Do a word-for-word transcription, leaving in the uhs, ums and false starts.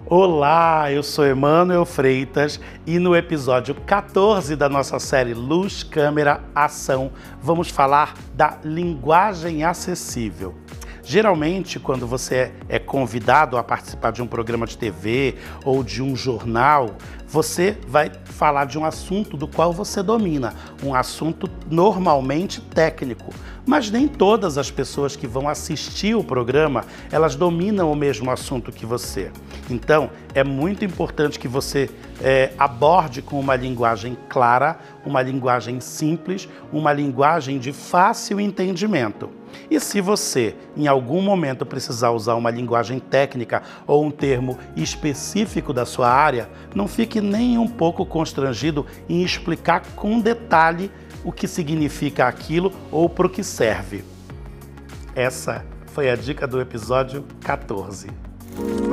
Olá, eu sou Emanuel Freitas e no episódio quatorze da nossa série Luz, Câmera, Ação, vamos falar da linguagem acessível. Geralmente, quando você é convidado a participar de um programa de T V ou de um jornal, você vai falar de um assunto do qual você domina, um assunto normalmente técnico. Mas nem todas as pessoas que vão assistir o programa, elas dominam o mesmo assunto que você. Então, é muito importante que você é, aborde com uma linguagem clara, uma linguagem simples, uma linguagem de fácil entendimento. E se você, em algum momento, precisar usar uma linguagem técnica ou um termo específico da sua área, não fique nem um pouco constrangido em explicar com detalhe o que significa aquilo ou para o que serve. Essa foi a dica do episódio quatorze.